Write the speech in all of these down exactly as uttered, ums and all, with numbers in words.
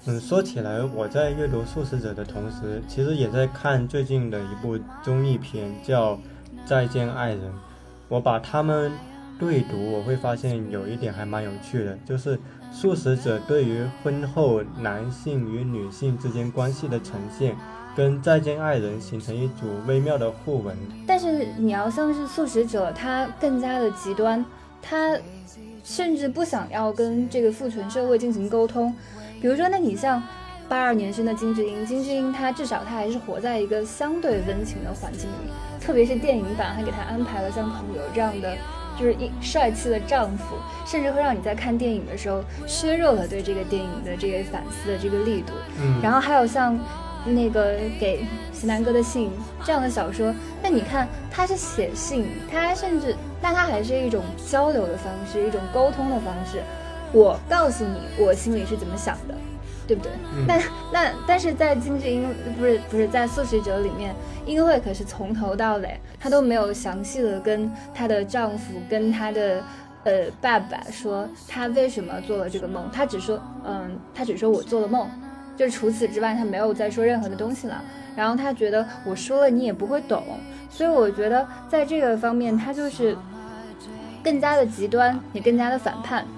嗯，说起来，我在阅读《素食者》的同时，其实也在看最近的一部综艺片，叫《再见爱人》。我把它们对读，我会发现有一点还蛮有趣的，就是素食者对于婚后男性与女性之间关系的呈现，跟《再见爱人》形成一组微妙的互文。 但是你要像是素食者，他更加的极端，他甚至不想要跟这个父权社会进行沟通。比如说，那你像八二年生的金智英，金智英她至少她还是活在一个相对温情的环境里，特别是电影版还给她安排了像朋友这样的就是一帅气的丈夫，甚至会让你在看电影的时候削弱了对这个电影的这个反思的这个力度。 嗯， 然后还有像那个给西南哥的信这样的小说，那你看他是写信，他甚至但他还是一种交流的方式，一种沟通的方式，我告诉你我心里是怎么想的，对不对？ 嗯、 那那但是在金智英不是不是在素食者里面，英惠可是从头到尾她都没有详细的跟她的丈夫跟她的呃爸爸说她为什么做了这个梦，她只说嗯，她只说我做了梦，就除此之外她没有再说任何的东西了。然后她觉得我说了你也不会懂，所以我觉得在这个方面她就是更加的极端，也更加的反叛。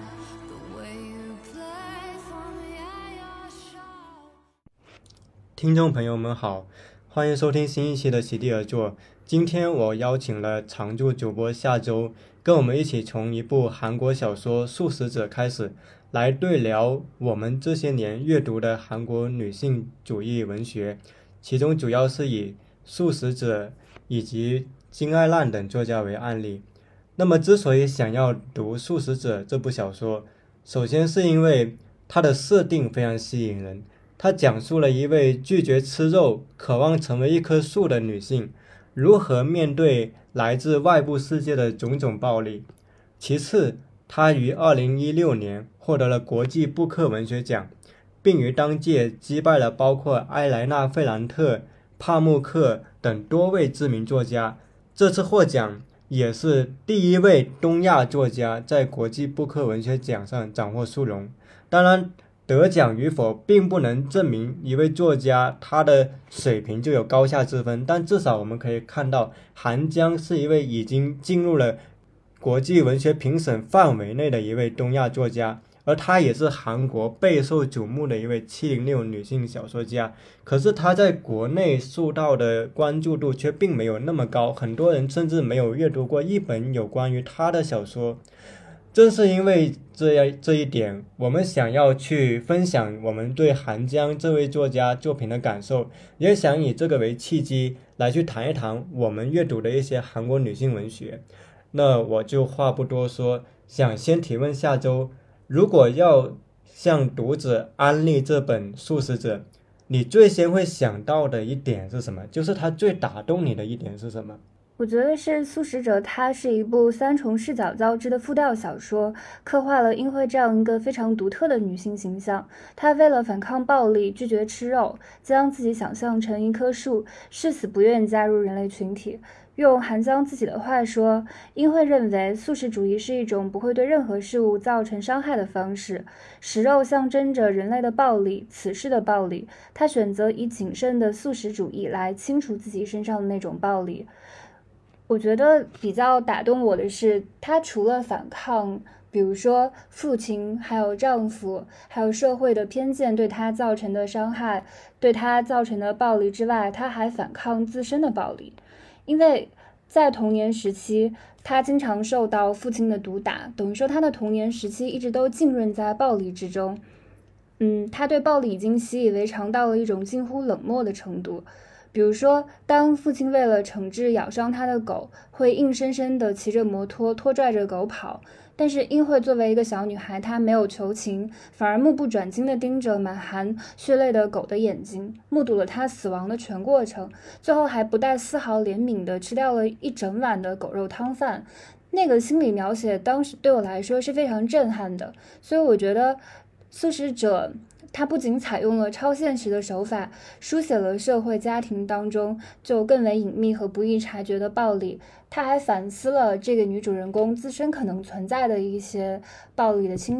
听众朋友们好，欢迎收听新一期的席地而坐。今天我邀请了常驻主播下周，跟我们一起从一部韩国小说《素食者》开始，来对聊我们这些年阅读的韩国女性主义文学，其中主要是以素食者以及金爱烂等作家为案例。那么之所以想要读素食者这部小说，首先是因为它的设定非常吸引人，它讲述了一位拒绝吃肉，渴望成为一棵树的女性如何面对来自外部世界的种种暴力。其次，她于二零一六年获得了国际布克文学奖，并于当届击败了包括埃莱纳·费兰特、帕慕克等多位知名作家。这次获奖也是第一位东亚作家在国际布克文学奖上斩获殊荣。当然，得奖与否并不能证明一位作家他的水平就有高下之分，但至少我们可以看到韩江是一位已经进入了国际文学评审范围内的一位东亚作家，而她也是韩国备受瞩目的一位七零六女性小说家。可是她在国内受到的关注度却并没有那么高，很多人甚至没有阅读过一本有关于她的小说。正是因为这样这一点，我们想要去分享我们对韩江这位作家作品的感受，也想以这个为契机来去谈一谈我们阅读的一些韩国女性文学。那我就话不多说，想先提问下周，如果要向读者安利这本《素食者》，你最先会想到的一点是什么？就是它最打动你的一点是什么？ 我觉得是《素食者》，它是一部三重视角交织的复调小说，刻画了英惠这样一个非常独特的女性形象。她为了反抗暴力，拒绝吃肉，将自己想象成一棵树，誓死不愿加入人类群体。用韩江自己的话说，英惠认为素食主义是一种不会对任何事物造成伤害的方式，食肉象征着人类的暴力，此世的暴力。她选择以谨慎的素食主义来清除自己身上的那种暴力。我觉得比较打动我的是，她除了反抗比如说父亲还有丈夫还有社会的偏见对她造成的伤害，对她造成的暴力之外，她还反抗自身的暴力。因为在童年时期她经常受到父亲的毒打，等于说她的童年时期一直都浸润在暴力之中。嗯，她对暴力已经习以为常到了一种近乎冷漠的程度。比如说，当父亲为了惩治咬伤他的狗，会硬生生地骑着摩托拖拽着狗跑，但是英惠作为一个小女孩，她没有求情，反而目不转睛地盯着满含血泪的狗的眼睛，目睹了它死亡的全过程，最后还不带丝毫怜悯地吃掉了一整碗的狗肉汤饭。那个心理描写当时对我来说是非常震撼的，所以我觉得素食者他不仅采用了超现实的手法，书写了社会家庭当中就更为隐秘和不易察觉的暴力，他还反思了这个女主人公自身可能存在的一些暴力的倾向。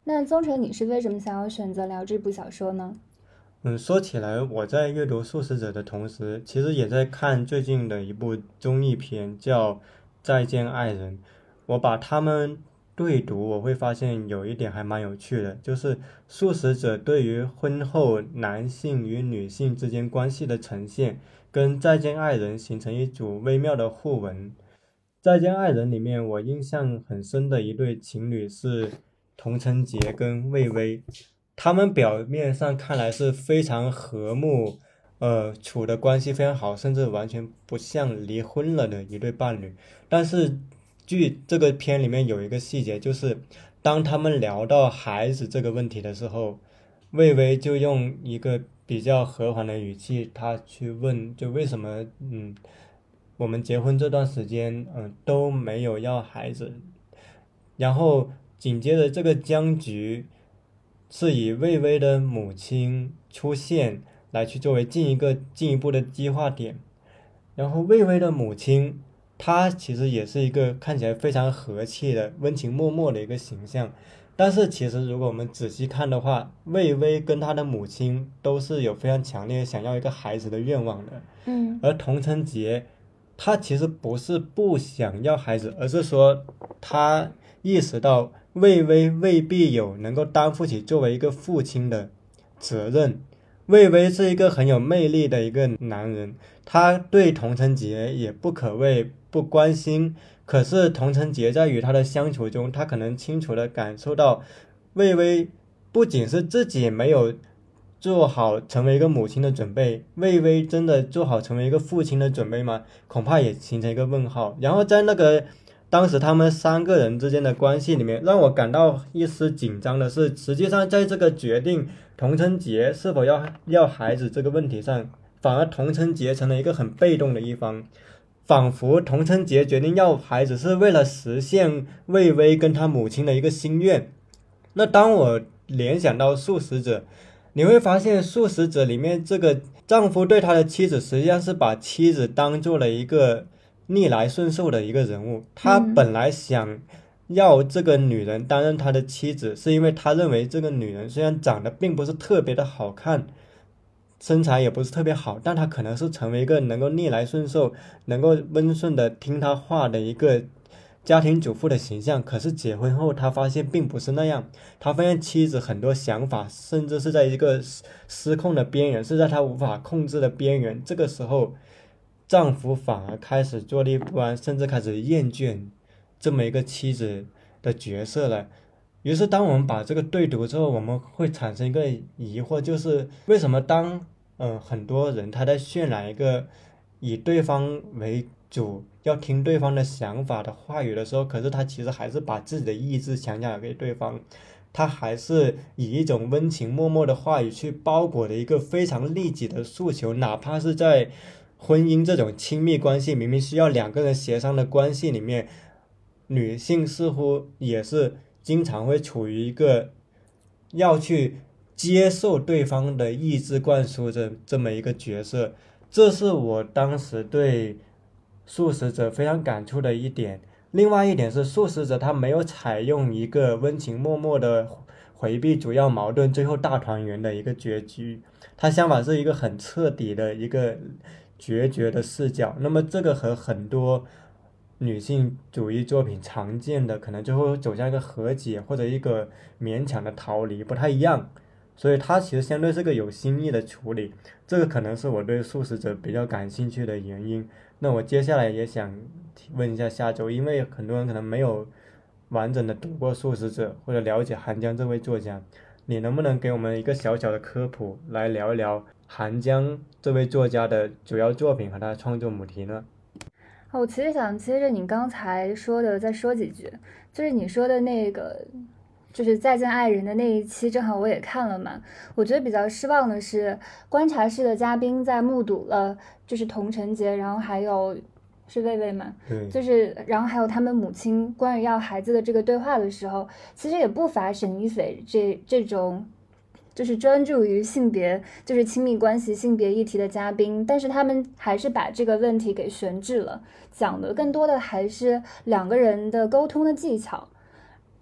那宗成，你是为什么想要选择聊这部小说呢？ 嗯，说起来，我在阅读《素食者》的同时，其实也在看最近的一部综艺片，叫《再见爱人》。我把它们对读，我会发现有一点还蛮有趣的，就是素食者对于婚后男性与女性之间关系的呈现，跟《再见爱人》形成一组微妙的互文。《再见爱人》里面，我印象很深的一对情侣是童承杰跟魏巍。他们表面上看来是非常和睦，呃，处的关系非常好，甚至完全不像离婚了的一对伴侣。但是，据这个片里面有一个细节，就是当他们聊到孩子这个问题的时候，魏巍就用一个比较和缓的语气，他去问，就为什么，嗯，我们结婚这段时间，嗯，都没有要孩子。然后紧接着这个僵局是以魏巍的母亲出现来去作为进一个进一步的激化点。然后魏巍的母亲，她其实也是一个看起来非常和气的、温情脉脉的一个形象。但是其实如果我们仔细看的话，魏巍跟他的母亲都是有非常强烈想要一个孩子的愿望的。 嗯而童承杰，他其实不是不想要孩子，而是说他意识到魏巍未必有能够担负起作为一个父亲的责任。魏巍是一个很有魅力的一个男人，他对童承杰也不可谓不关心，可是童承杰在与他的相处中，他可能清楚地感受到魏巍不仅是自己没有做好成为一个母亲的准备，魏巍真的做好成为一个父亲的准备吗？恐怕也形成一个问号。然后在那个当时他们三个人之间的关系里面，让我感到一丝紧张的是，实际上在这个决定童承杰是否要要孩子这个问题上，反而童承杰成了一个很被动的一方，仿佛童承杰决定要孩子是为了实现魏巍跟他母亲的一个心愿。那当我联想到素食者，你会发现素食者里面这个丈夫对他的妻子实际上是把妻子当做了一个逆来顺受的一个人物。他本来想要这个女人担任他的妻子，是因为他认为这个女人虽然长得并不是特别的好看，身材也不是特别好，但她可能是成为一个能够逆来顺受，能够温顺的听他话的一个家庭主妇的形象。可是结婚后他发现并不是那样，他发现妻子很多想法甚至是在一个失控的边缘，是在他无法控制的边缘。这个时候丈夫反而开始坐立不安，甚至开始厌倦这么一个妻子的角色了。于是当我们把这个对读之后，我们会产生一个疑惑，就是为什么当嗯、呃、很多人他在渲染一个以对方为主，要听对方的想法的话语的时候，可是他其实还是把自己的意志强加给对方，他还是以一种温情脉脉的话语去包裹的一个非常利己的诉求。哪怕是在婚姻这种亲密关系明明需要两个人协商的关系里面，女性似乎也是经常会处于一个要去接受对方的意志灌输的这么一个角色。这是我当时对素食者非常感触的一点。另外一点是，素食者他没有采用一个温情脉脉的回避主要矛盾最后大团圆的一个结局，他相反是一个很彻底的一个决绝的视角。那么这个和很多女性主义作品常见的可能就会走向一个和解或者一个勉强的逃离不太一样，所以它其实相对是个有新意的处理。这个可能是我对素食者比较感兴趣的原因。那我接下来也想问一下下周，因为很多人可能没有完整的读过素食者或者了解韩江这位作家，你能不能给我们一个小小的科普，来聊一聊韩江这位作家的主要作品和他的创作母题呢？ 我其实想接着你刚才说的再说几句，就是你说的那个就是再见爱人的那一期，正好我也看了嘛。我觉得比较失望的是，观察室的嘉宾在目睹了就是童承杰，然后还有是魏魏嘛， 对， 就是然后还有他们母亲关于要孩子的这个对话的时候，其实也不乏沈一斐这这种就是专注于性别就是亲密关系性别议题的嘉宾，但是他们还是把这个问题给悬置了，讲的更多的还是两个人的沟通的技巧。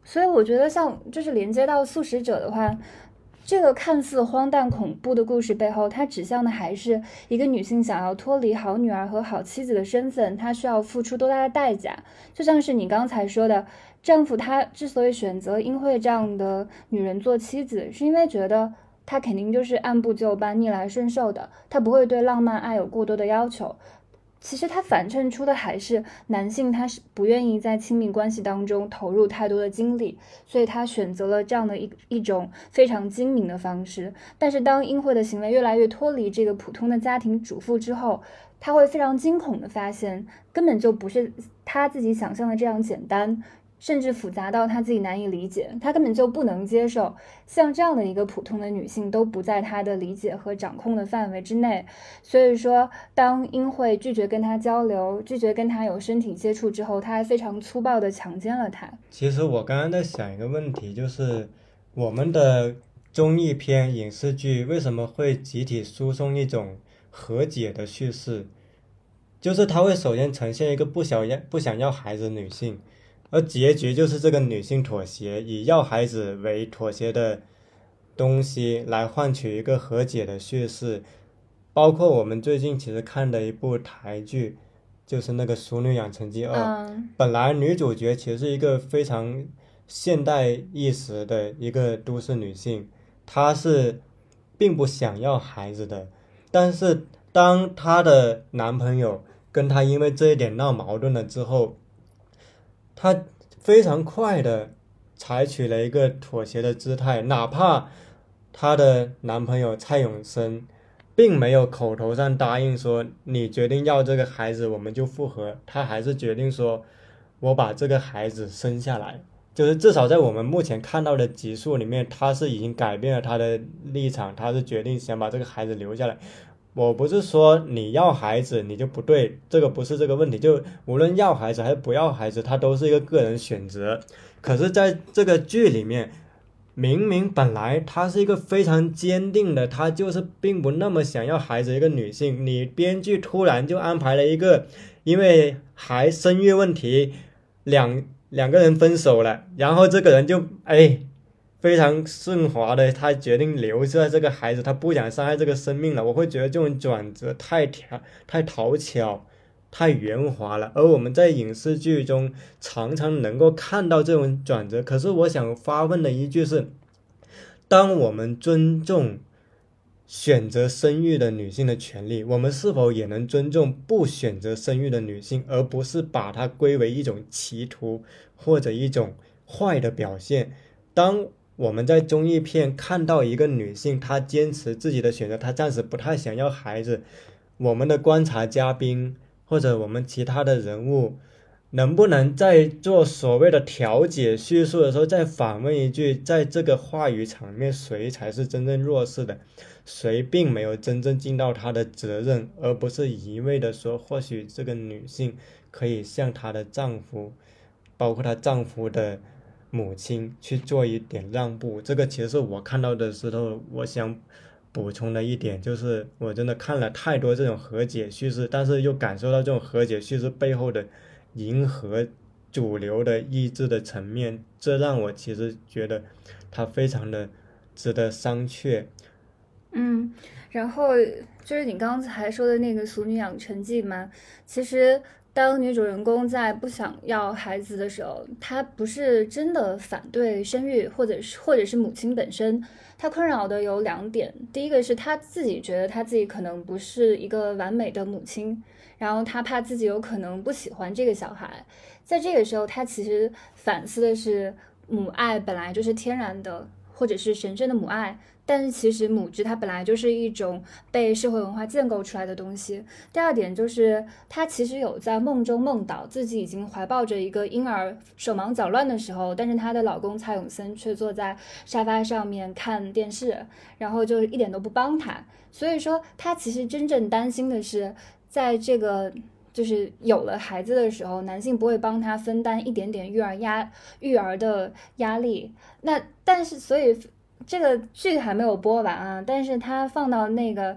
所以我觉得像就是连接到素食者的话，这个看似荒诞恐怖的故事背后，它指向的还是一个女性想要脱离好女儿和好妻子的身份，她需要付出多大的代价。就像是你刚才说的，丈夫他之所以选择英惠这样的女人做妻子，是因为觉得她肯定就是按部就班、逆来顺受的，她不会对浪漫爱有过多的要求。其实它反衬出的还是男性他是不愿意在亲密关系当中投入太多的精力，所以他选择了这样的一一种非常精明的方式。但是当英惠的行为越来越脱离这个普通的家庭主妇之后，他会非常惊恐的发现，根本就不是他自己想象的这样简单，甚至复杂到他自己难以理解，他根本就不能接受像这样的一个普通的女性都不在他的理解和掌控的范围之内。所以说当英惠拒绝跟他交流，拒绝跟他有身体接触之后，他还非常粗暴地强奸了他。 其实我刚刚在想一个问题，就是我们的综艺片影视剧为什么会集体输送一种和解的叙事，就是它会首先呈现一个不想要不想要孩子的女性，而结局就是这个女性妥协，以要孩子为妥协的东西来换取一个和解的叙事。包括我们最近其实看的一部台剧，就是那个《熟女养成记二》， 嗯， 本来女主角其实是一个非常现代意识的一个都市女性，她是并不想要孩子的，但是当她的男朋友跟她因为这一点闹矛盾了之后，她非常快的采取了一个妥协的姿态，哪怕她的男朋友蔡永生并没有口头上答应说你决定要这个孩子我们就复合，她还是决定说我把这个孩子生下来。就是至少在我们目前看到的集数里面，她是已经改变了她的立场，她是决定想把这个孩子留下来。我不是说你要孩子你就不对，这个不是这个问题，就无论要孩子还是不要孩子，它都是一个个人选择。可是在这个剧里面，明明本来她是一个非常坚定的，她就是并不那么想要孩子一个女性，你编剧突然就安排了一个因为还生育问题两两个人分手了，然后这个人就哎非常顺滑的，他决定留下这个孩子，他不想伤害这个生命了。我会觉得这种转折太调太讨巧太圆滑了，而我们在影视剧中常常能够看到这种转折。可是我想发问的一句是，当我们尊重选择生育的女性的权利，我们是否也能尊重不选择生育的女性，而不是把它归为一种歧途或者一种坏的表现？当我们在综艺片看到一个女性她坚持自己的选择，她暂时不太想要孩子，我们的观察嘉宾或者我们其他的人物能不能在做所谓的调解叙述的时候再反问一句，在这个话语场面谁才是真正弱势的，谁并没有真正尽到她的责任，而不是一味的说或许这个女性可以向她的丈夫包括她丈夫的母亲去做一点让步。这个其实是我看到的时候我想补充的一点，就是我真的看了太多这种和解叙事，但是又感受到这种和解叙事背后的迎合主流的意志的层面，这让我其实觉得它非常的值得商榷。 嗯，然后就是你刚才说的那个《俗女养成记》嘛，其实当女主人公在不想要孩子的时候，她不是真的反对生育，或者是或者是母亲本身，她困扰的有两点。第一个是她自己觉得她自己可能不是一个完美的母亲，然后她怕自己有可能不喜欢这个小孩。在这个时候，她其实反思的是母爱本来就是天然的，或者是神圣的母爱。但是其实母职它本来就是一种被社会文化建构出来的东西。第二点就是她其实有在梦中梦到自己已经怀抱着一个婴儿手忙脚乱的时候，但是她的老公蔡永森却坐在沙发上面看电视，然后就一点都不帮她。所以说她其实真正担心的是在这个就是有了孩子的时候，男性不会帮她分担一点点育儿压育儿的压力。那但是所以这个剧还没有播完啊，但是它放到那个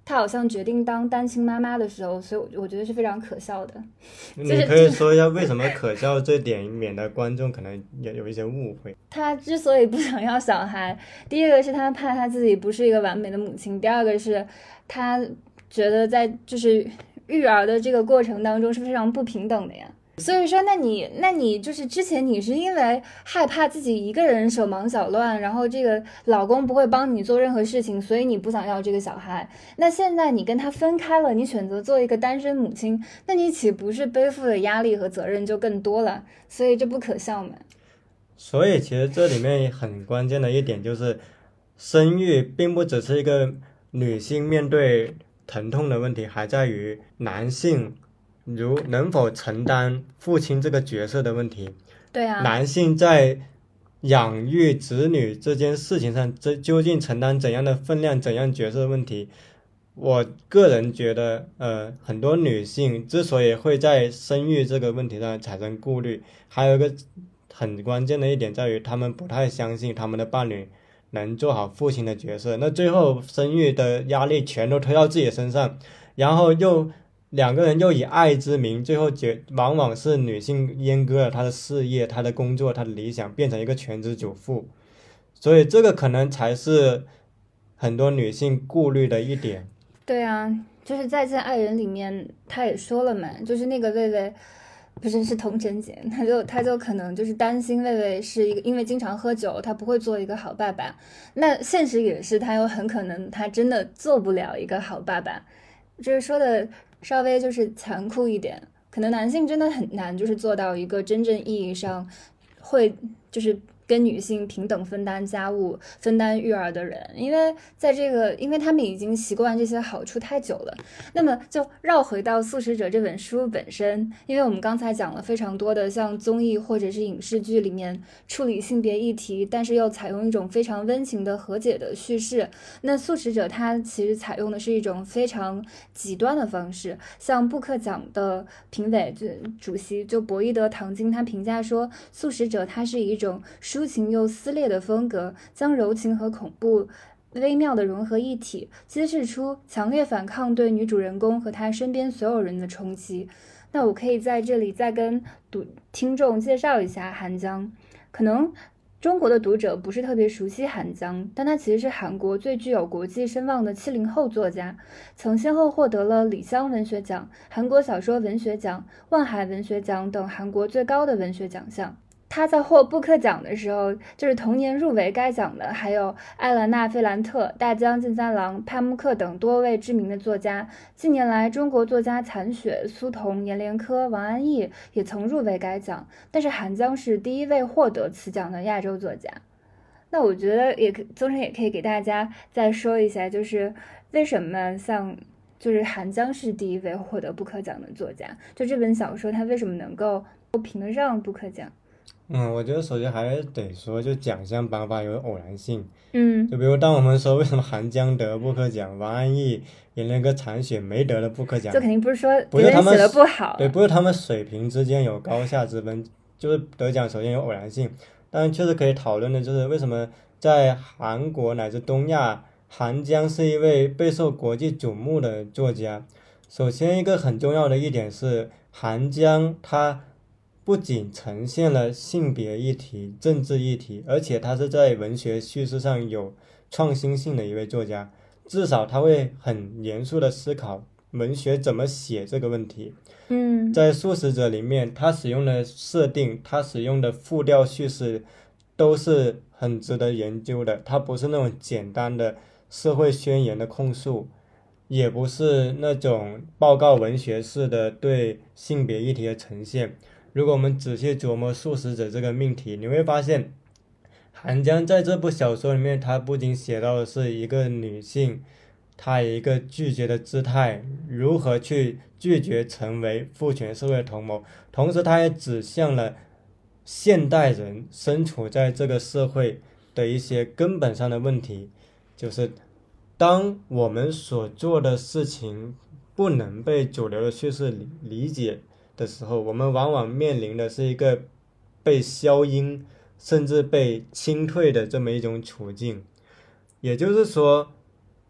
她好像决定当单亲妈妈的时候，所以我觉得是非常可笑的。 你可以说一下为什么可笑这点，免得观众可能也有一些误会。 她之所以不想要小孩，第一个是她怕她自己不是一个完美的母亲，第二个是她觉得在就是育儿的这个过程当中是非常不平等的呀。所以说那你那你就是之前你是因为害怕自己一个人手忙脚乱，然后这个老公不会帮你做任何事情，所以你不想要这个小孩。那现在你跟他分开了，你选择做一个单身母亲，那你岂不是背负的压力和责任就更多了？所以这不可笑嘛。 所以其实这里面很关键的一点就是生育并不只是一个女性面对疼痛的问题，还在于男性如能否承担父亲这个角色的问题。 对啊， 男性在养育子女这件事情上，这究竟承担怎样的分量、怎样角色的问题？我个人觉得，呃，很多女性之所以会在生育这个问题上产生顾虑，还有一个很关键的一点在于，她们不太相信他们的伴侣能做好父亲的角色。那最后生育的压力全都推到自己的身上，然后又两个人又以爱之名，最后结往往是女性阉割了她的事业、她的工作、她的理想，变成一个全职主妇。所以这个可能才是很多女性顾虑的一点。 对啊，就是《再见爱人》里面他也说了嘛，就是那个魏魏不是是童晨杰，他就他就可能就是担心魏魏是一个因为经常喝酒，他不会做一个好爸爸。那现实也是，他有很可能他真的做不了一个好爸爸。就是说的稍微就是残酷一点，可能男性真的很难就是做到一个真正意义上会就是跟女性平等分担家务、分担育儿的人，因为在这个，因为他们已经习惯这些好处太久了。那么就绕回到《素食者》这本书本身，因为我们刚才讲了非常多的像综艺或者是影视剧里面处理性别议题，但是又采用一种非常温情的和解的叙事。那《素食者》它其实采用的是一种非常极端的方式，像布克奖的评委就主席就博伊德·唐金他评价说，《素食者》它是一种抒情又撕裂的风格，将柔情和恐怖微妙的融合一体，揭示出强烈反抗对女主人公和她身边所有人的冲击。那我可以在这里再跟读听众介绍一下韩江。可能中国的读者不是特别熟悉韩江，但他其实是韩国最具有国际声望的七零后作家，曾先后获得了李湘文学奖、韩国小说文学奖、万海文学奖等韩国最高的文学奖项。他在获布克奖的时候，就是同年入围该奖的还有艾兰娜·费兰特、大江健三郎、帕慕克等多位知名的作家。近年来，中国作家残雪、苏童、阎连科、王安忆也曾入围该奖，但是韩江是第一位获得此奖的亚洲作家。那我觉得也宗成也可以给大家再说一下，就是为什么像就是韩江是第一位获得布克奖的作家，就这本小说他为什么能够评得上布克奖？ 嗯，我觉得首先还是得说，就奖项颁发有偶然性。 嗯， 就比如当我们说为什么韩江得布克奖，王安忆、阎连科、残雪没得了布克奖， 就肯定不是说不是他们写的不好， 对，不是他们水平之间有高下之分，就是得奖首先有偶然性。但确实可以讨论的就是为什么在韩国乃至东亚，韩江是一位备受国际瞩目的作家。首先一个很重要的一点是，韩江他不仅呈现了性别议题、政治议题，而且他是在文学叙事上有创新性的一位作家。至少他会很严肃的思考文学怎么写这个问题。 嗯， 在《素食者》里面，他使用的设定，他使用的复调叙事都是很值得研究的。它不是那种简单的社会宣言的控诉，也不是那种报告文学式的对性别议题的呈现。如果我们仔细琢磨素食者这个命题，你会发现韩江在这部小说里面，他不仅写到的是一个女性她以一个拒绝的姿态如何去拒绝成为父权社会的同谋，同时他也指向了现代人身处在这个社会的一些根本上的问题，就是当我们所做的事情不能被主流的叙事理理解的时候，我们往往面临的是一个被消音甚至被清退的这么一种处境。也就是说，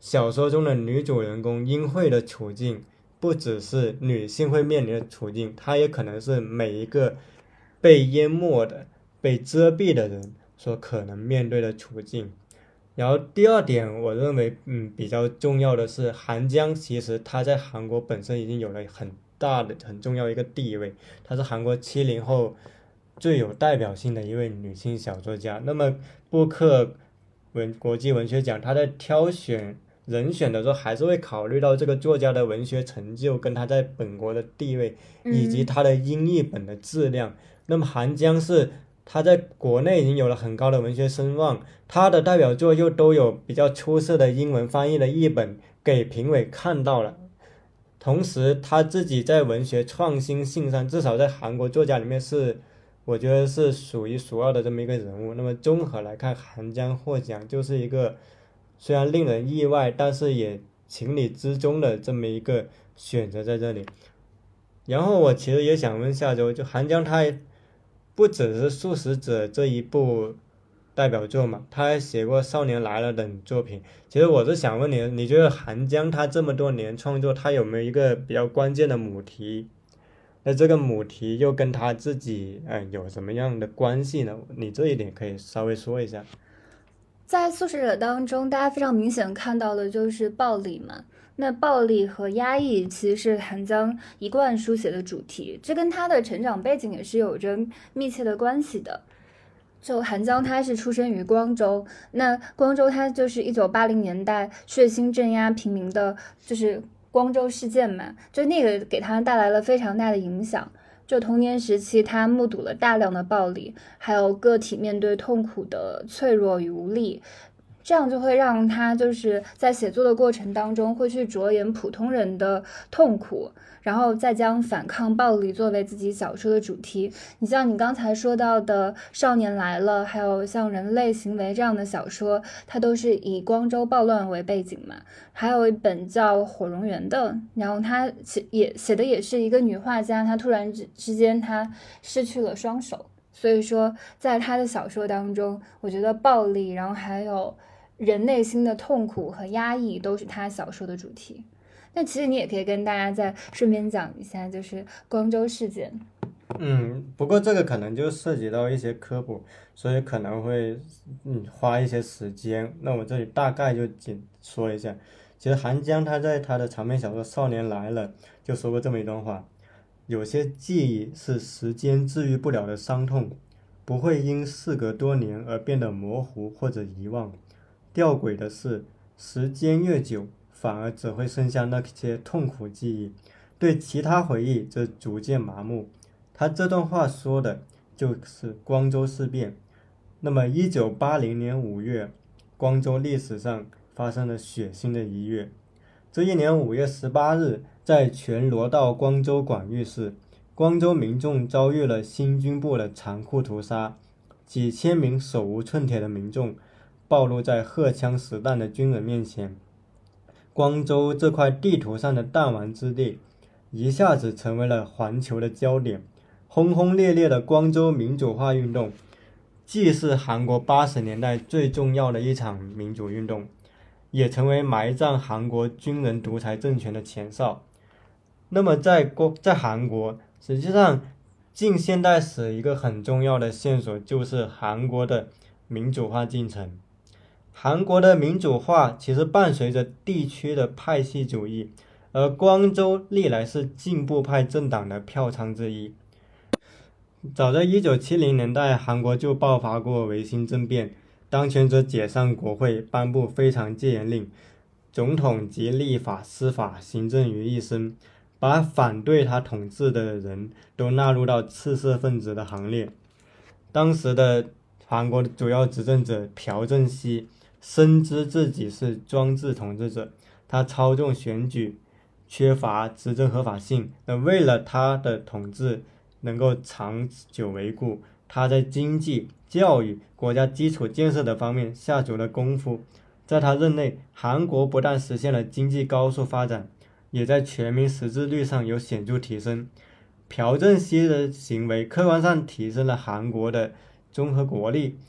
小说中的女主人公英惠的处境不只是女性会面临的处境，她也可能是每一个被淹没的、被遮蔽的人所可能面对的处境。然后第二点，我认为嗯比较重要的是，韩江其实她在韩国本身已经有了很大的、很重要一个地位，她是韩国七零后最有代表性的一位女性小作家。那么布克文国际文学奖，她在挑选人选的时候，还是会考虑到这个作家的文学成就跟他在本国的地位，以及他的英译本的质量。嗯、那么韩江是他在国内已经有了很高的文学声望，他的代表作又都有比较出色的英文翻译的译本给评委看到了。同时他自己在文学创新性上，至少在韩国作家里面是我觉得是数一数二的这么一个人物。那么综合来看，韩江获奖就是一个虽然令人意外，但是也情理之中的这么一个选择在这里。然后我其实也想问下周，就韩江他不只是《素食者》这一部代表作嘛，他还写过《少年来了》等作品。其实我是想问你，你觉得韩江他这么多年创作，他有没有一个比较关键的母题？那这个母题又跟他自己嗯有什么样的关系呢？你这一点可以稍微说一下。 在《素食者》当中，大家非常明显看到的就是暴力嘛。那暴力和压抑其实是韩江一贯书写的主题，这跟他的成长背景也是有着密切的关系的。就韩江他是出生于光州，那光州他就是一九八零年代血腥镇压平民的，就是光州事件嘛，就那个给他带来了非常大的影响。就童年时期，他目睹了大量的暴力，还有个体面对痛苦的脆弱与无力，这样就会让他就是在写作的过程当中会去着眼普通人的痛苦，然后再将反抗暴力作为自己小说的主题。你像你刚才说到的《少年来了》，还有像《人类行为》这样的小说，它都是以光州暴乱为背景嘛。还有一本叫《火蝾螈》的，然后他写也写的也是一个女画家，她突然之之间她失去了双手。所以说在她的小说当中，我觉得暴力，然后还有人内心的痛苦和压抑都是他小说的主题。那其实你也可以跟大家再顺便讲一下，就是光州事件。 嗯，不过这个可能就涉及到一些科普，所以可能会嗯花一些时间。那我这里大概就仅说一下。其实韩江他在他的长篇小说《少年来了》就说过这么一段话：有些记忆是时间治愈不了的伤痛，不会因事隔多年而变得模糊或者遗忘。吊诡的是，时间越久，反而只会剩下那些痛苦记忆，对其他回忆则逐渐麻木。他这段话说的就是光州事变。那么一九八零年五月，光州历史上发生了血腥的一月。这一年五月十八日，在全罗道光州广域市，光州民众遭遇了新军部的残酷屠杀，几千名手无寸铁的民众暴露在荷枪实弹的军人面前。光州这块地图上的弹丸之地一下子成为了环球的焦点。轰轰烈烈的光州民主化运动既是韩国八十年代最重要的一场民主运动，也成为埋葬韩国军人独裁政权的前哨。那么在国在韩国，实际上近现代史一个很重要的线索就是韩国的民主化进程。韩国的民主化其实伴随着地区的派系主义，而光州历来是进步派政党的票仓之一。早在一九七零年代，韩国就爆发过维新政变，当权者解散国会，颁布非常戒严令，总统及立法、司法、行政于一身，把反对他统治的人都纳入到赤色分子的行列。当时的韩国的主要执政者朴正熙深知自己是专制统治者，他操纵选举，缺乏执政合法性。那为了他的统治能够长久维固，他在经济、教育、国家基础建设的方面下足了功夫。在他任内，韩国不但实现了经济高速发展，也在全民识字率上有显著提升。朴正熙的行为客观上提升了韩国的综合国力，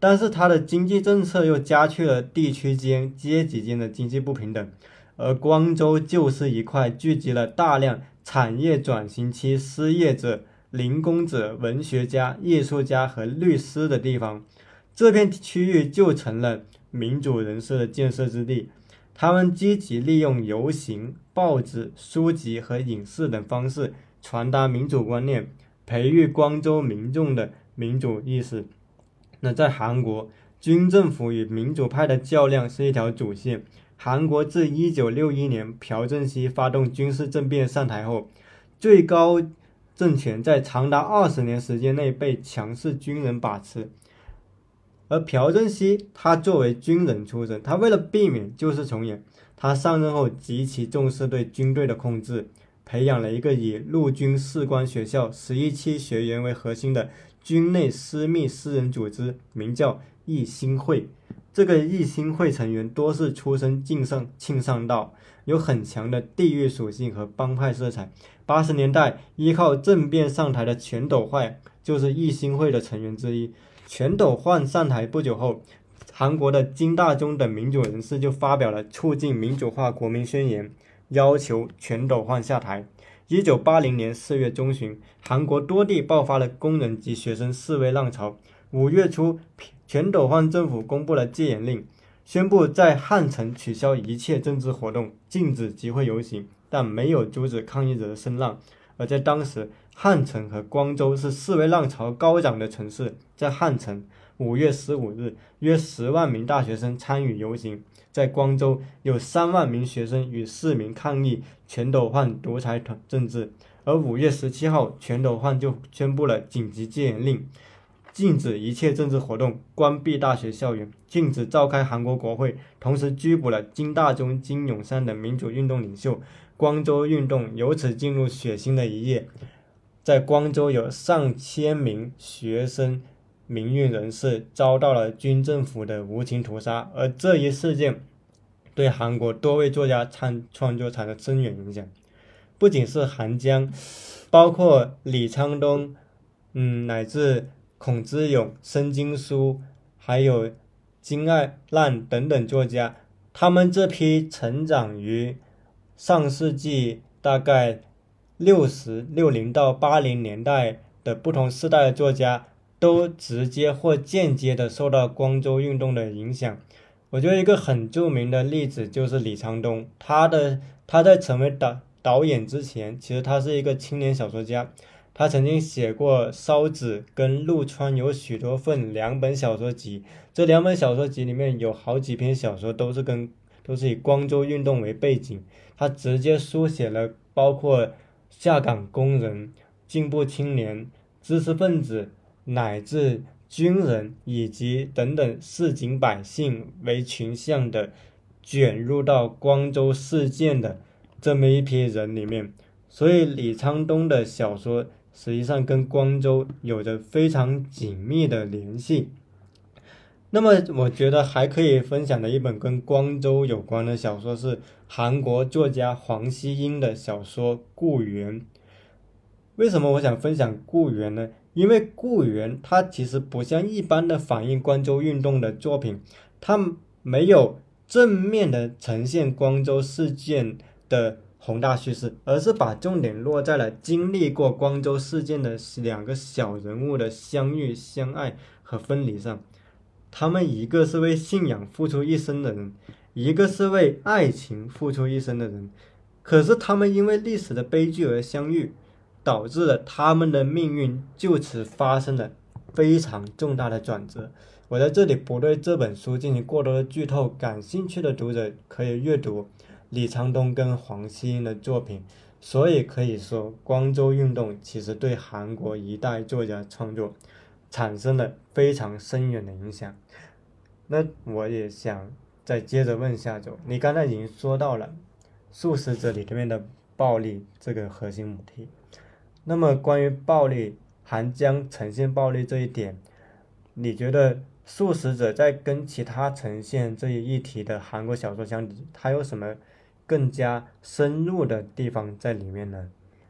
但是他的经济政策又加剧了地区间、阶级间的经济不平等。而光州就是一块聚集了大量产业转型期失业者、零工者、文学家、艺术家和律师的地方，这片区域就成了民主人士的建设之地。他们积极利用游行、报纸、书籍和影视等方式传达民主观念，培育光州民众的民主意识。那在韩国，军政府与民主派的较量是一条主线。韩国自一九六一年朴正熙发动军事政变上台后，最高政权在长达二十年时间内被强势军人把持。而朴正熙他作为军人出身，他为了避免旧事重演，他上任后极其重视对军队的控制，培养了一个以陆军士官学校十一期学员为核心的军内私密私人组织，名叫义兴会。这个义兴会成员多是出身晋上庆尚道，有很强的地域属性和帮派色彩。八十年代依靠政变上台的全斗焕就是义兴会的成员之一。全斗焕上台不久后，韩国的金大中等民主人士就发表了促进民主化国民宣言，要求全斗焕下台。一九八零年四月中旬，韩国多地爆发了工人及学生示威浪潮。五月初，全斗焕政府公布了戒严令，宣布在汉城取消一切政治活动，禁止集会游行，但没有阻止抗议者的声浪。而在当时，汉城和光州是示威浪潮高涨的城市。在汉城，五月十五日，约十万名大学生参与游行；在光州，有三万名学生与市民抗议全斗焕独裁政治。而五月十七号，全斗焕就宣布了紧急戒严令，禁止一切政治活动，关闭大学校园，禁止召开韩国国会，同时拘捕了金大中、金永山等民主运动领袖。光州运动由此进入血腥的一页。在光州，有上千名学生、民运人士遭到了军政府的无情屠杀，而这一事件对韩国多位作家创作产生深远影响。不仅是韩江，包括李沧东，嗯，乃至孔之勇、申京书，还有金爱烂等等作家，他们这批成长于上世纪大概六十六零到八零年代的不同世代的作家，都直接或间接的受到光州运动的影响。我觉得一个很著名的例子就是李沧东，他的他在成为导导演之前，其实他是一个青年小说家。他曾经写过《烧纸》跟陆川有许多份两本小说集，这两本小说集里面有好几篇小说都是跟都是以光州运动为背景。他直接书写了包括下岗工人、进步青年、知识分子乃至军人以及等等市井百姓为群像的卷入到光州事件的这么一批人里面。所以李沧东的小说实际上跟光州有着非常紧密的联系。那么我觉得还可以分享的一本跟光州有关的小说是韩国作家黄希英的小说《故园》。为什么我想分享《故园》呢？因为《故园》它其实不像一般的反映光州运动的作品，它没有正面的呈现光州事件的宏大叙事，而是把重点落在了经历过光州事件的两个小人物的相遇、相爱和分离上。他们一个是为信仰付出一生的人，一个是为爱情付出一生的人，可是他们因为历史的悲剧而相遇，导致了他们的命运就此发生了非常重大的转折。我在这里不对这本书进行过多的剧透，感兴趣的读者可以阅读李沧东跟黄希英的作品。所以可以说，光州运动其实对韩国一代作家创作产生了非常深远的影响。那我也想再接着问下周，你刚才已经说到了素食者里面的暴力这个核心母题，那么关于暴力，韩江呈现暴力这一点，你觉得素食者在跟其他呈现这一议题的韩国小说相比，它有什么更加深入的地方在里面呢？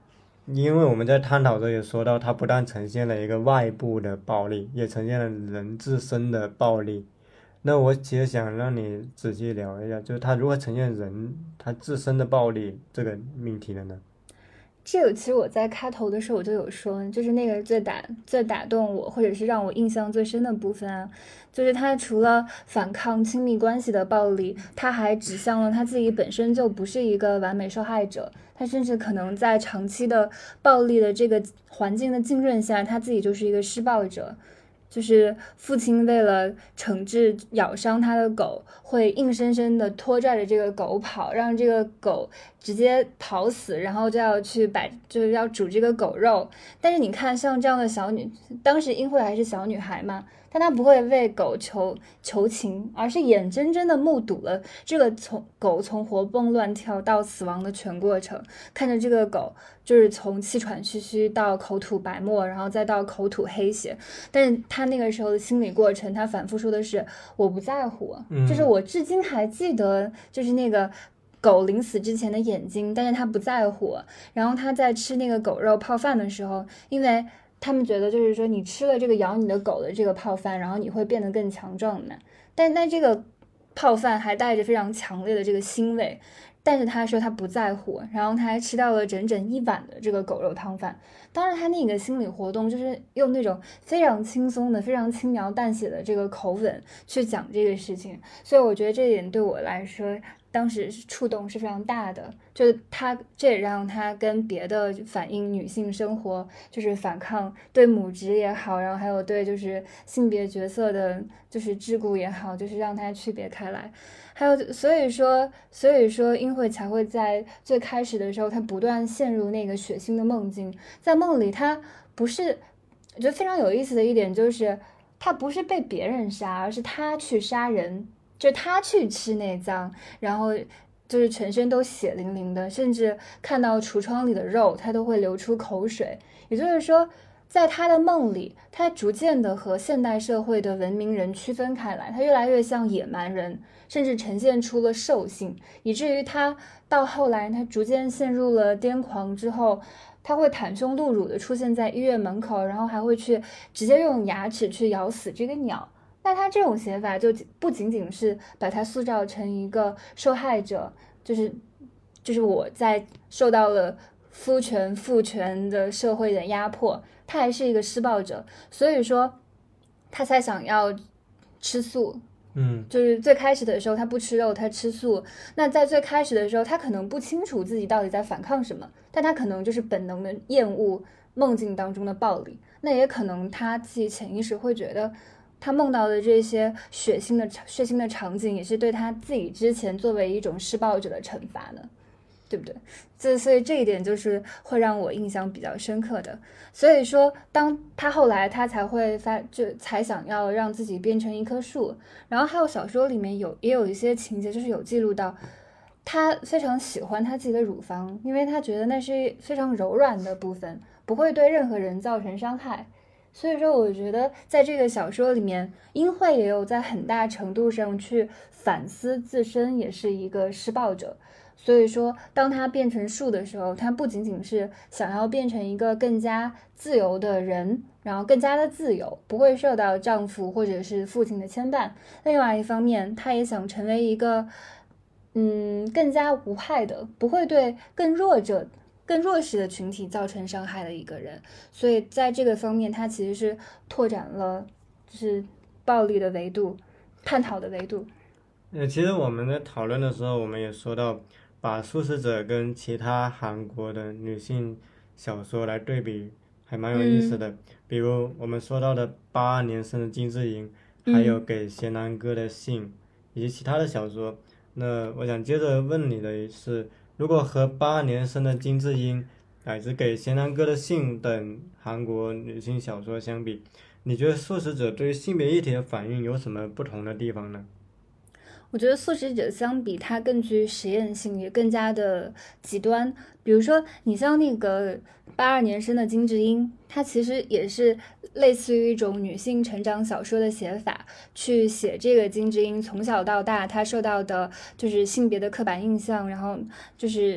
因为我们在探讨中也说到，它不但呈现了一个外部的暴力，也呈现了人自身的暴力。那我其实想让你仔细聊一下，就是它如何呈现人他自身的暴力这个命题的呢？ 这个其实我在开头的时候我就有说，就是那个最打最打动我，或者是让我印象最深的部分啊，就是他除了反抗亲密关系的暴力，他还指向了他自己本身就不是一个完美受害者，他甚至可能在长期的暴力的这个环境的浸润下，他自己就是一个施暴者。就是父亲为了惩治咬伤他的狗，会硬生生的拖拽着这个狗跑，让这个狗直接逃死，然后就要去摆，就是要煮这个狗肉。但是你看，像这样的小女，当时英惠还是小女孩嘛，但她不会为狗求求情，而是眼睁睁的目睹了这个从狗从活蹦乱跳到死亡的全过程，看着这个狗就是从气喘吁吁到口吐白沫，然后再到口吐黑血。但是他那个时候的心理过程，他反复说的是我不在乎， 嗯， 就是我至今还记得，就是那个狗临死之前的眼睛，但是他不在乎。然后他在吃那个狗肉泡饭的时候，因为他们觉得就是说你吃了这个咬你的狗的这个泡饭，然后你会变得更强壮的，但但这个泡饭还带着非常强烈的这个腥味。但是他说他不在乎，然后他还吃到了整整一碗的这个狗肉汤饭。当然他那个心理活动就是用那种非常轻松的、非常轻描淡写的这个口吻去讲这个事情，所以我觉得这一点对我来说当时触动是非常大的。就是他这也让他跟别的反映女性生活，就是反抗对母职也好，然后还有对就是性别角色的就是桎梏也好，就是让他区别开来。还有所以说所以说英惠才会在最开始的时候，他不断陷入那个血腥的梦境。在梦里他不是，我觉得非常有意思的一点就是他不是被别人杀，而是他去杀人，就他去吃内脏，然后就是全身都血淋淋的，甚至看到橱窗里的肉他都会流出口水。也就是说在他的梦里，他逐渐的和现代社会的文明人区分开来，他越来越像野蛮人，甚至呈现出了兽性，以至于他到后来他逐渐陷入了癫狂之后，他会袒胸露乳的出现在医院门口，然后还会去直接用牙齿去咬死这个鸟。那他这种写法就不仅仅是把他塑造成一个受害者，就是就是我在受到了夫权父权的社会的压迫，他还是一个施暴者，所以说他才想要吃素。 嗯， 就是最开始的时候他不吃肉，他吃素。那在最开始的时候他可能不清楚自己到底在反抗什么，但他可能就是本能的厌恶梦境当中的暴力，那也可能他自己潜意识会觉得他梦到的这些血腥的血腥的场景也是对他自己之前作为一种施暴者的惩罚呢，对不对？这所以这一点就是会让我印象比较深刻的。所以说当他后来他才会发就才想要让自己变成一棵树。然后还有小说里面有也有一些情节就是有记录到他非常喜欢他自己的乳房，因为他觉得那是非常柔软的部分，不会对任何人造成伤害。所以说我觉得在这个小说里面，英惠也有在很大程度上去反思自身也是一个施暴者。所以说当他变成树的时候，他不仅仅是想要变成一个更加自由的人，然后更加的自由，不会受到丈夫或者是父亲的牵绊。另外一方面他也想成为一个嗯更加无害的，不会对更弱者更弱势的群体造成伤害的一个人。所以在这个方面他其实是拓展了就是暴力的维度，探讨的维度。 呃，其实我们在讨论的时候，我们也说到，把素食者跟其他韩国的女性小说来对比，还蛮有意思的。 嗯、 比如我们说到的八二年生的金智英，还有给贤南哥的信，以及其他的小说。那我想接着问你的是，如果和八二年生的金智英，乃至给贤南哥的信等韩国女性小说相比，你觉得素食者对于性别议题的反应有什么不同的地方呢？ 我觉得素食者相比它更具实验性，也更加的极端。比如说你像那个八二年生的金智英，她其实也是类似于一种女性成长小说的写法，去写这个金智英从小到大她受到的就是性别的刻板印象，然后就是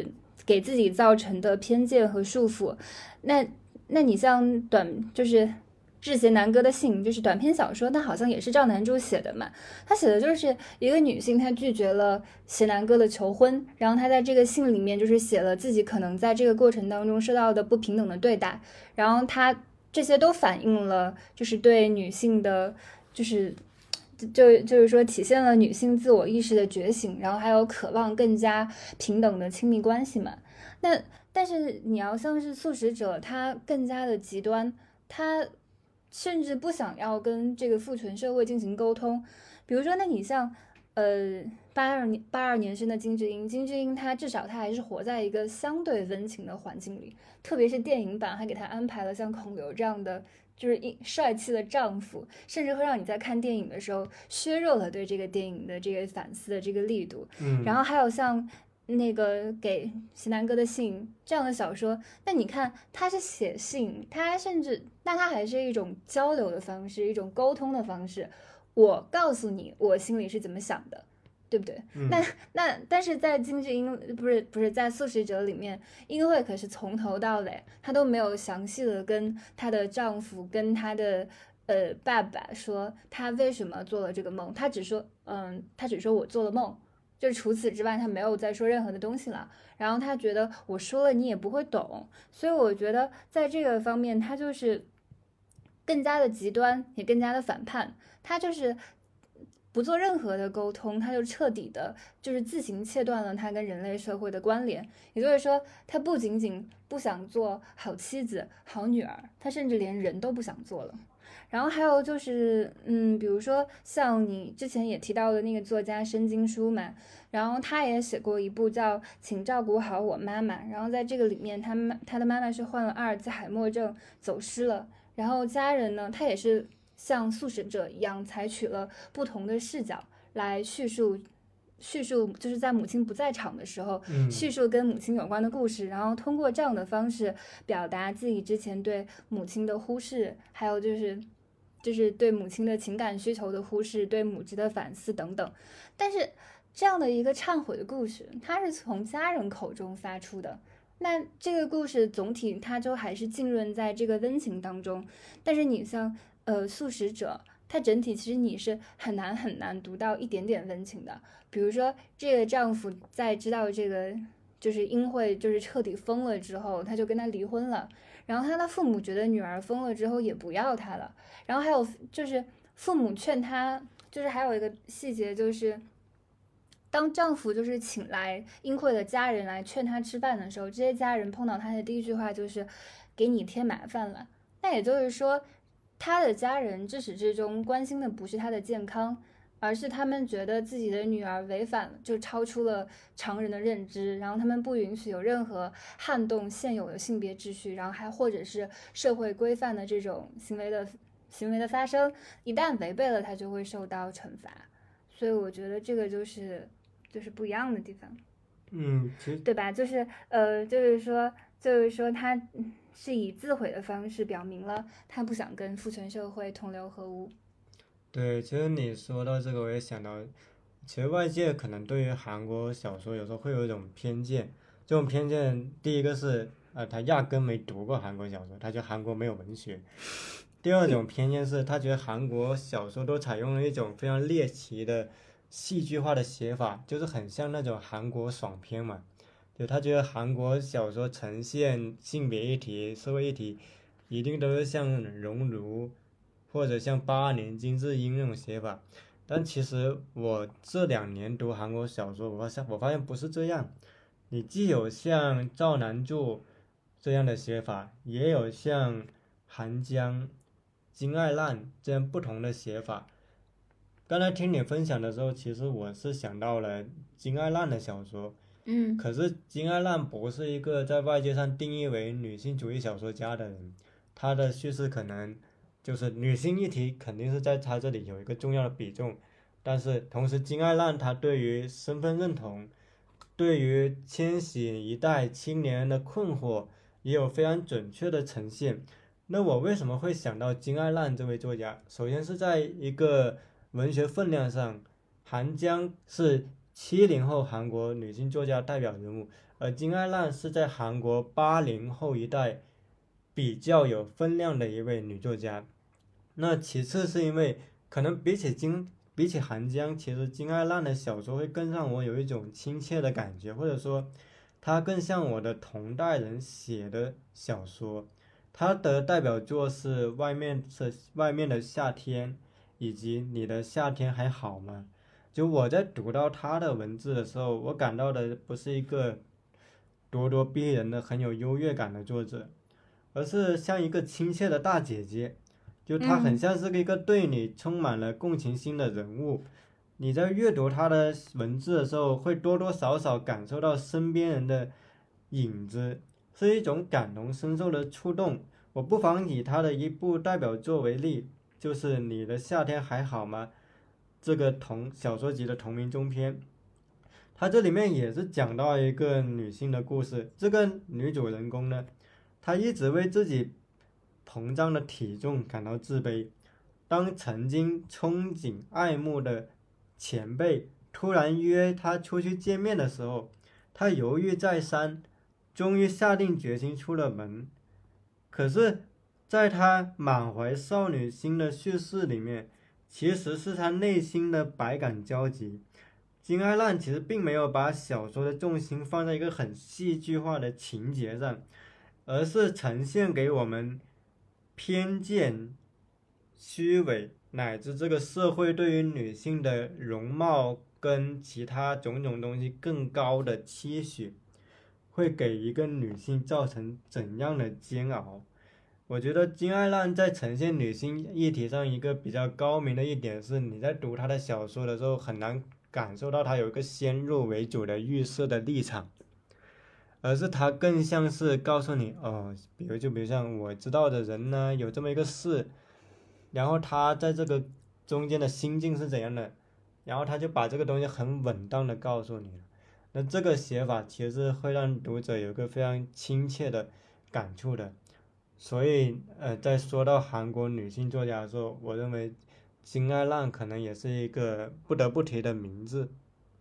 给自己造成的偏见和束缚。那那你像短就是致贤南哥的信，就是短篇小说，那好像也是赵南柱写的嘛。他写的就是一个女性，她拒绝了贤南哥的求婚，然后她在这个信里面就是写了自己可能在这个过程当中受到的不平等的对待，然后她这些都反映了就是对女性的，就是就就是说体现了女性自我意识的觉醒，然后还有渴望更加平等的亲密关系嘛。那但是你要像是素食者，他更加的极端，他甚至不想要跟这个父权社会进行沟通。比如说，那你像呃八二年八二年生的金智英，金智英她至少她还是活在一个相对温情的环境里，特别是电影版还给她安排了像孔刘这样的就是一帅气的丈夫，甚至会让你在看电影的时候削弱了对这个电影的这个反思的这个力度。 嗯， 然后还有像那个给西南哥的信这样的小说，那你看他是写信，他甚至那他还是一种交流的方式，一种沟通的方式，我告诉你我心里是怎么想的，对不对？ 嗯、 那那但是在金智英不是不是在素食者里面，英惠可是从头到尾她都没有详细的跟她的丈夫跟她的呃爸爸说她为什么做了这个梦，她只说嗯，她只说我做了梦。就除此之外他没有再说任何的东西了，然后他觉得我说了你也不会懂，所以我觉得在这个方面他就是更加的极端，也更加的反叛，他就是不做任何的沟通，他就彻底的就是自行切断了他跟人类社会的关联。也就是说，他不仅仅不想做好妻子好女儿，他甚至连人都不想做了。然后还有就是，嗯，比如说像你之前也提到的那个作家申京书嘛，然后他也写过一部叫《请照顾好我妈妈》，然后在这个里面，他妈他的妈妈是患了阿尔兹海默症走失了，然后家人呢，他也是像素食者一样，采取了不同的视角来叙述。叙述就是在母亲不在场的时候， 嗯、 叙述跟母亲有关的故事，然后通过这样的方式表达自己之前对母亲的忽视，还有就是就是对母亲的情感需求的忽视，对母职的反思等等。但是这样的一个忏悔的故事，它是从家人口中发出的，那这个故事总体它就还是浸润在这个温情当中。但是你像呃素食者，它整体其实你是很难很难读到一点点温情的。比如说这个丈夫在知道这个就是英惠就是彻底疯了之后，他就跟他离婚了，然后他的父母觉得女儿疯了之后也不要他了，然后还有就是父母劝他，就是还有一个细节就是当丈夫就是请来英惠的家人来劝他吃饭的时候，这些家人碰到他的第一句话就是给你添麻烦了。那也就是说他的家人至始至终关心的不是他的健康，而是他们觉得自己的女儿违反了，就超出了常人的认知，然后他们不允许有任何撼动现有的性别秩序，然后还或者是社会规范的这种行为的行为的发生，一旦违背了，他就会受到惩罚。所以我觉得这个就是就是不一样的地方。 嗯，其实对吧？就是呃，就是说，就是说他是以自毁的方式表明了他不想跟父权社会同流合污。 对，其实你说到这个，我也想到，其实外界可能对于韩国小说有时候会有一种偏见，这种偏见第一个是呃他压根没读过韩国小说，他觉得韩国没有文学。第二种偏见是他觉得韩国小说都采用了一种非常猎奇的戏剧化的写法，就是很像那种韩国爽片嘛。就他觉得韩国小说呈现性别议题、社会议题，一定都是像熔炉或者像八二年金智英那种写法。但其实我这两年读韩国小说，我发现我发现不是这样。你既有像赵南柱这样的写法，也有像韩江、金爱烂这样不同的写法。刚才听你分享的时候，其实我是想到了金爱烂的小说。 嗯， 可是金爱烂不是一个在外界上定义为女性主义小说家的人，她的叙事可能就是女性议题肯定是在她这里有一个重要的比重，但是同时金爱烂她对于身份认同，对于千禧一代青年人的困惑也有非常准确的呈现。那我为什么会想到金爱烂这位作家？首先是在一个文学分量上，韩江是七零后韩国女性作家代表人物，而金爱浪是在韩国八零后一代比较有分量的一位女作家。那其次是因为可能比起金比起韩江，其实金爱浪的小说会更让我有一种亲切的感觉，或者说她更像我的同代人写的小说。她的代表作是外面是外面的夏天，以及你的夏天还好吗？就我在读到她的文字的时候，我感到的不是一个咄咄逼人的很有优越感的作者，而是像一个亲切的大姐姐。就她很像是一个对你充满了共情心的人物，你在阅读她的文字的时候，会多多少少感受到身边人的影子，是一种感同身受的触动。我不妨以她的一部代表作为例，就是《你的夏天还好吗》这个同小说集的同名中篇。它这里面也是讲到一个女性的故事，这个女主人公呢，她一直为自己膨胀的体重感到自卑。当曾经憧憬爱慕的前辈突然约她出去见面的时候，她犹豫再三，终于下定决心出了门。可是在她满怀少女心的叙事里面，其实是她内心的百感交集。金爱浪其实并没有把小说的重心放在一个很戏剧化的情节上，而是呈现给我们偏见、虚伪乃至这个社会对于女性的容貌跟其他种种东西更高的期许，会给一个女性造成怎样的煎熬。我觉得金爱浪在呈现女性议题上一个比较高明的一点是，你在读她的小说的时候很难感受到她有一个先入为主的预设的立场，而是她更像是告诉你哦，比如就比如像我知道的人呢有这么一个事，然后她在这个中间的心境是怎样的，然后她就把这个东西很稳当的告诉你了。那这个写法其实会让读者有一个非常亲切的感触的。所以呃，在说到韩国女性作家的时候，我认为金爱浪可能也是一个不得不提的名字。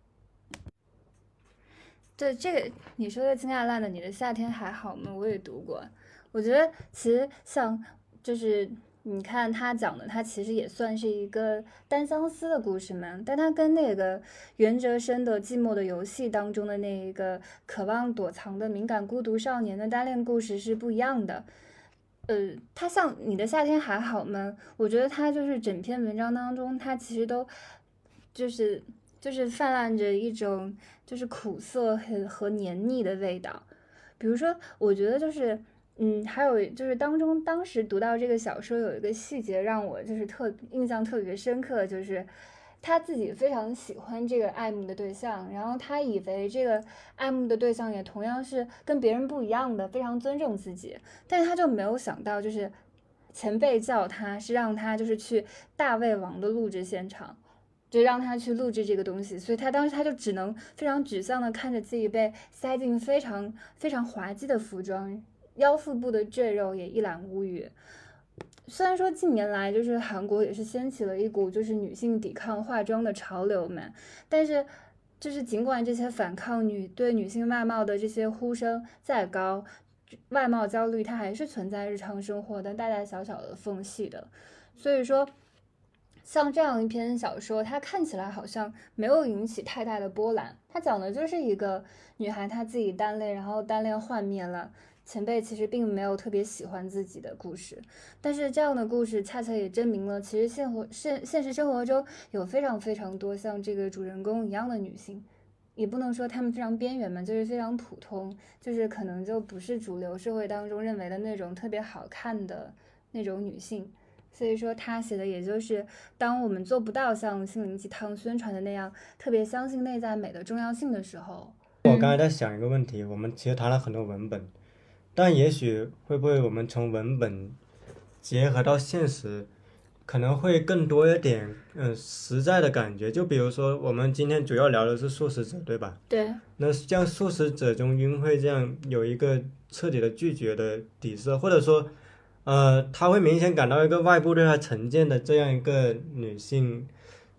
对，这个你说的金爱浪的《你的夏天还好吗》，我也读过。我觉得其实像就是你看他讲的，他其实也算是一个单相思的故事嘛，但他跟那个袁哲生的《寂寞的游戏》当中的那一个渴望躲藏的敏感孤独少年的单恋故事是不一样的。呃，他像你的夏天还好吗？我觉得他就是整篇文章当中，他其实都就是就是泛滥着一种就是苦涩和和黏腻的味道。比如说，我觉得就是嗯，还有就是当中当时读到这个小说有一个细节让我就是特印象特别深刻，就是他自己非常喜欢这个爱慕的对象，然后他以为这个爱慕的对象也同样是跟别人不一样的，非常尊重自己，但是他就没有想到，就是前辈叫他是让他就是去大胃王的录制现场，就让他去录制这个东西，所以他当时他就只能非常沮丧的看着自己被塞进非常非常滑稽的服装，腰腹部的赘肉也一览无余。虽然说近年来就是韩国也是掀起了一股就是女性抵抗化妆的潮流嘛，但是就是尽管这些反抗女对女性外貌的这些呼声再高，外貌焦虑它还是存在日常生活的大大小小的缝隙的。所以说像这样一篇小说，它看起来好像没有引起太大的波澜，它讲的就是一个女孩她自己单恋，然后单恋幻灭了，前辈其实并没有特别喜欢自己的故事。但是这样的故事恰恰也证明了，其实现活现现实生活中有非常非常多像这个主人公一样的女性，也不能说她们非常边缘嘛，就是非常普通，就是可能就不是主流社会当中认为的那种特别好看的那种女性。所以说他写的也就是当我们做不到像心灵鸡汤宣传的那样特别相信内在美的重要性的时候。 我刚才在想一个问题，我们其实谈了很多文本，但也许会不会我们从文本结合到现实，可能会更多一点嗯实在的感觉。就比如说我们今天主要聊的是素食者，对吧？ 对。 那像素食者中晕会这样有一个彻底的拒绝的底色，或者说呃，他会明显感到一个外部对他成见的这样一个女性，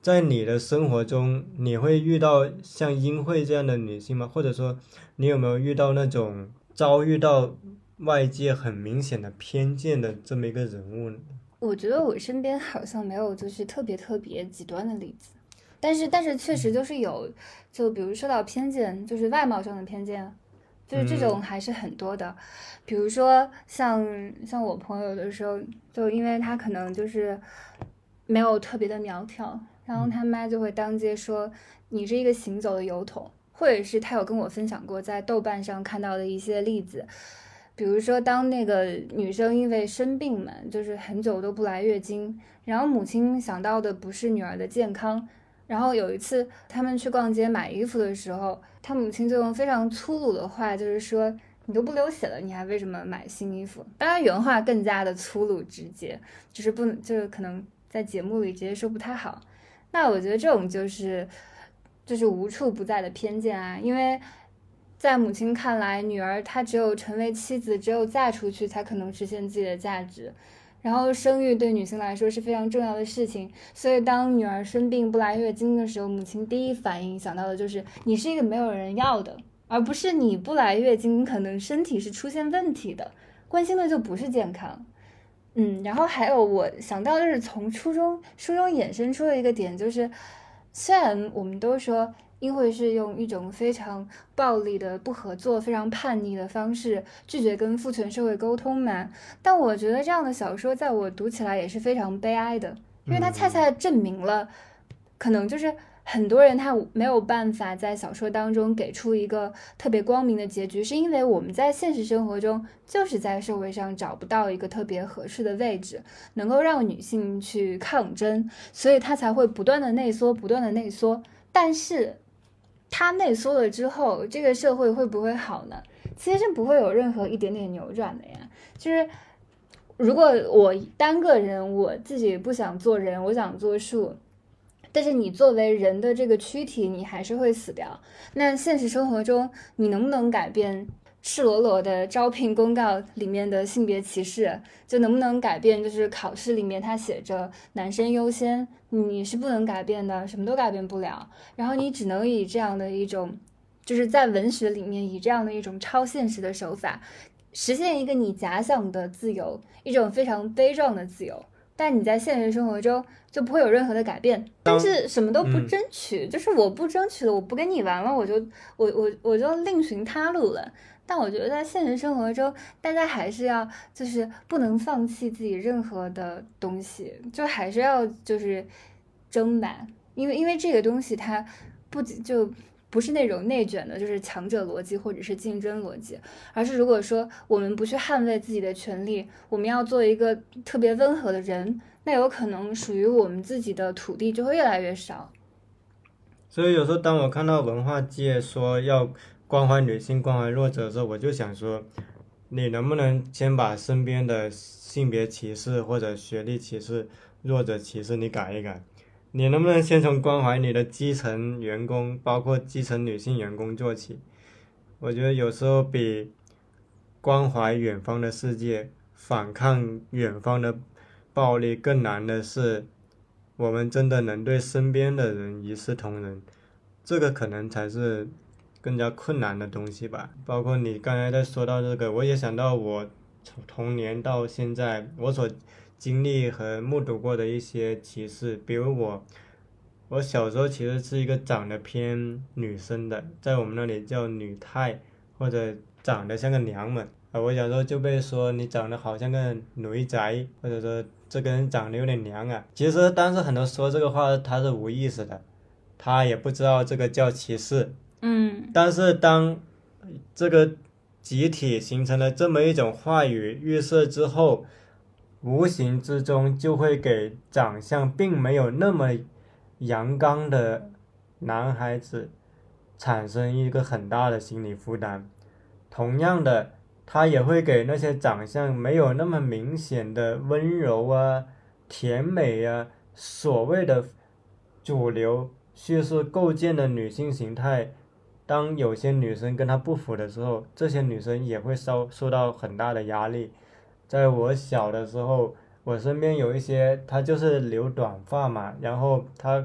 在你的生活中，你会遇到像英惠这样的女性吗？或者说，你有没有遇到那种遭遇到外界很明显的偏见的这么一个人物呢？ 我觉得我身边好像没有就是特别特别极端的例子，但是但是确实就是有，就比如说到偏见，就是外貌上的偏见，就是这种还是很多的。嗯、比如说像像我朋友的时候，就因为他可能就是没有特别的苗条，然后他妈就会当街说你是一个行走的油桶，或者是他有跟我分享过在豆瓣上看到的一些例子。比如说当那个女生因为生病嘛，就是很久都不来月经，然后母亲想到的不是女儿的健康，然后有一次他们去逛街买衣服的时候，他母亲就用非常粗鲁的话就是说你都不流血了，你还为什么买新衣服？当然原话更加的粗鲁直接，就是不能，就是可能在节目里直接说不太好。那我觉得这种就是就是无处不在的偏见啊，因为在母亲看来，女儿她只有成为妻子，只有嫁出去才可能实现自己的价值。然后生育对女性来说是非常重要的事情，所以当女儿生病不来月经的时候，母亲第一反应想到的就是你是一个没有人要的，而不是你不来月经可能身体是出现问题的，关心的就不是健康。嗯，然后还有我想到就是从初中书中衍生出的一个点，就是虽然我们都说英惠是用一种非常暴力的不合作、非常叛逆的方式拒绝跟父权社会沟通嘛，但我觉得这样的小说在我读起来也是非常悲哀的，因为它恰恰证明了可能就是很多人他没有办法在小说当中给出一个特别光明的结局，是因为我们在现实生活中就是在社会上找不到一个特别合适的位置能够让女性去抗争，所以他才会不断的内缩不断的内缩。但是他内缩了之后，这个社会会不会好呢？其实是不会有任何一点点扭转的呀。就是如果我单个人我自己不想做人，我想做树，但是你作为人的这个躯体你还是会死掉，那现实生活中你能不能改变赤裸裸的招聘公告里面的性别歧视，就能不能改变就是考试里面它写着男生优先，你是不能改变的，什么都改变不了，然后你只能以这样的一种就是在文学里面以这样的一种超现实的手法实现一个你假想的自由，一种非常悲壮的自由，但你在现实生活中就不会有任何的改变，但是什么都不争取、嗯、就是我不争取了，我不跟你玩了，我就我我我就另寻他路了。但我觉得在现实生活中大家还是要就是不能放弃自己任何的东西，就还是要就是争吧，因为因为这个东西它不就不是那种内卷的就是强者逻辑或者是竞争逻辑，而是如果说我们不去捍卫自己的权利，我们要做一个特别温和的人，那有可能属于我们自己的土地就会越来越少。 所以有时候当我看到文化界说要关怀女性关怀弱者的时候，我就想说你能不能先把身边的性别歧视或者学历歧视弱者歧视你改一改，你能不能先从关怀你的基层员工包括基层女性员工做起。我觉得有时候比关怀远方的世界反抗远方的暴力更难的是我们真的能对身边的人一视同仁，这个可能才是更加困难的东西吧。包括你刚才在说到这个，我也想到我从童年到现在我所经历和目睹过的一些歧视。比如我我小时候其实是一个长得偏女生的，在我们那里叫女太，或者长得像个娘们啊。我小时候就被说你长得好像个女宅，或者说这个人长得有点娘啊。其实当时很多说这个话他是无意识的，他也不知道这个叫歧视。 嗯， 但是当这个集体形成了这么一种话语预设之后，无形之中就会给长相并没有那么阳刚的男孩子产生一个很大的心理负担。同样的，他也会给那些长相没有那么明显的温柔啊、甜美啊，所谓的主流叙事构建的女性形态，当有些女生跟他不符的时候，这些女生也会受受到很大的压力。在我小的时候，我身边有一些她就是留短发嘛，然后她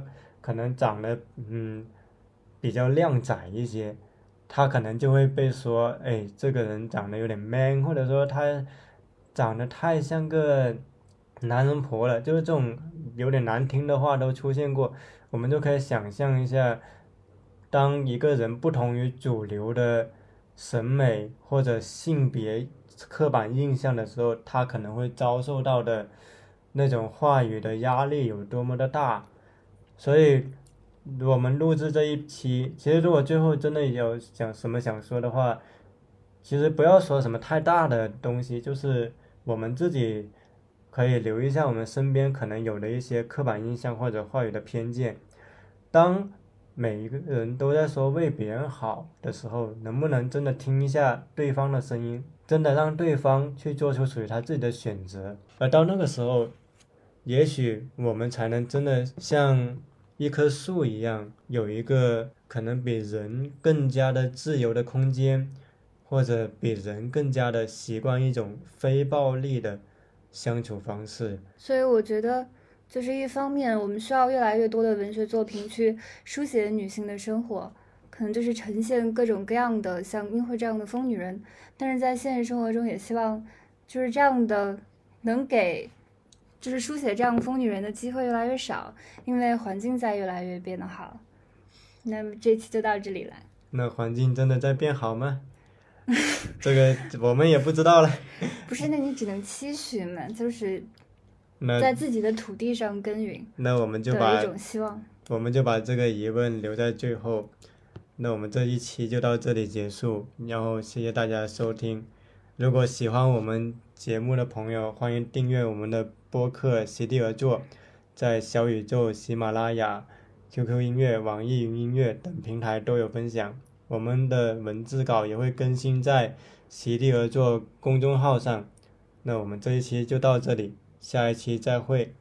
可能长得嗯比较靓仔一些，他可能就会被说，哎，这个人长得有点 man， 或者说他长得太像个男人婆了，就是这种有点难听的话都出现过。我们就可以想象一下，当一个人不同于主流的审美或者性别刻板印象的时候，他可能会遭受到的那种话语的压力有多么的大。所以我们录制这一期，其实如果最后真的有想什么想说的话，其实不要说什么太大的东西，就是我们自己可以留意一下我们身边可能有的一些刻板印象或者话语的偏见。当每一个人都在说为别人好的时候，能不能真的听一下对方的声音，真的让对方去做出属于他自己的选择？而到那个时候，也许我们才能真的像一棵树一样，有一个可能比人更加的自由的空间，或者比人更加的习惯一种非暴力的相处方式。 所以我觉得就是一方面我们需要越来越多的文学作品去书写女性的生活，可能就是呈现各种各样的像英惠这样的疯女人，但是在现实生活中也希望就是这样的能给就是书写这样疯女人的机会越来越少，因为环境在越来越变得好。那么这期就到这里了。 那环境真的在变好吗？这个我们也不知道了。 不是，那你只能期许嘛，就是那在自己的土地上耕耘那我们就把的一种希望。 我们就把这个疑问留在最后。那我们这一期就到这里结束，然后谢谢大家收听。如果喜欢我们节目的朋友，欢迎订阅我们的播客席地而坐，在小宇宙、喜马拉雅、Q Q 音乐、网易云音乐等平台都有分享。我们的文字稿也会更新在席地而坐公众号上。那我们这一期就到这里，下一期再会。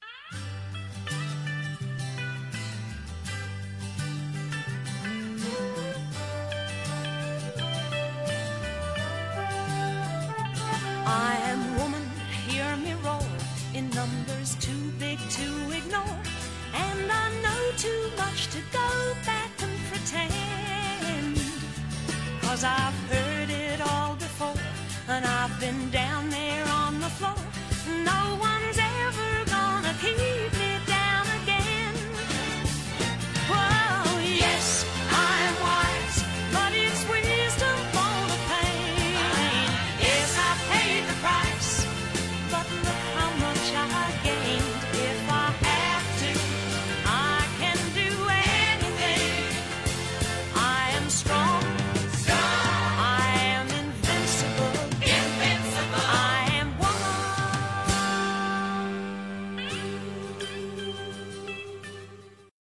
Numbers too big to ignore, and I know too much to go back and pretend, 'cause I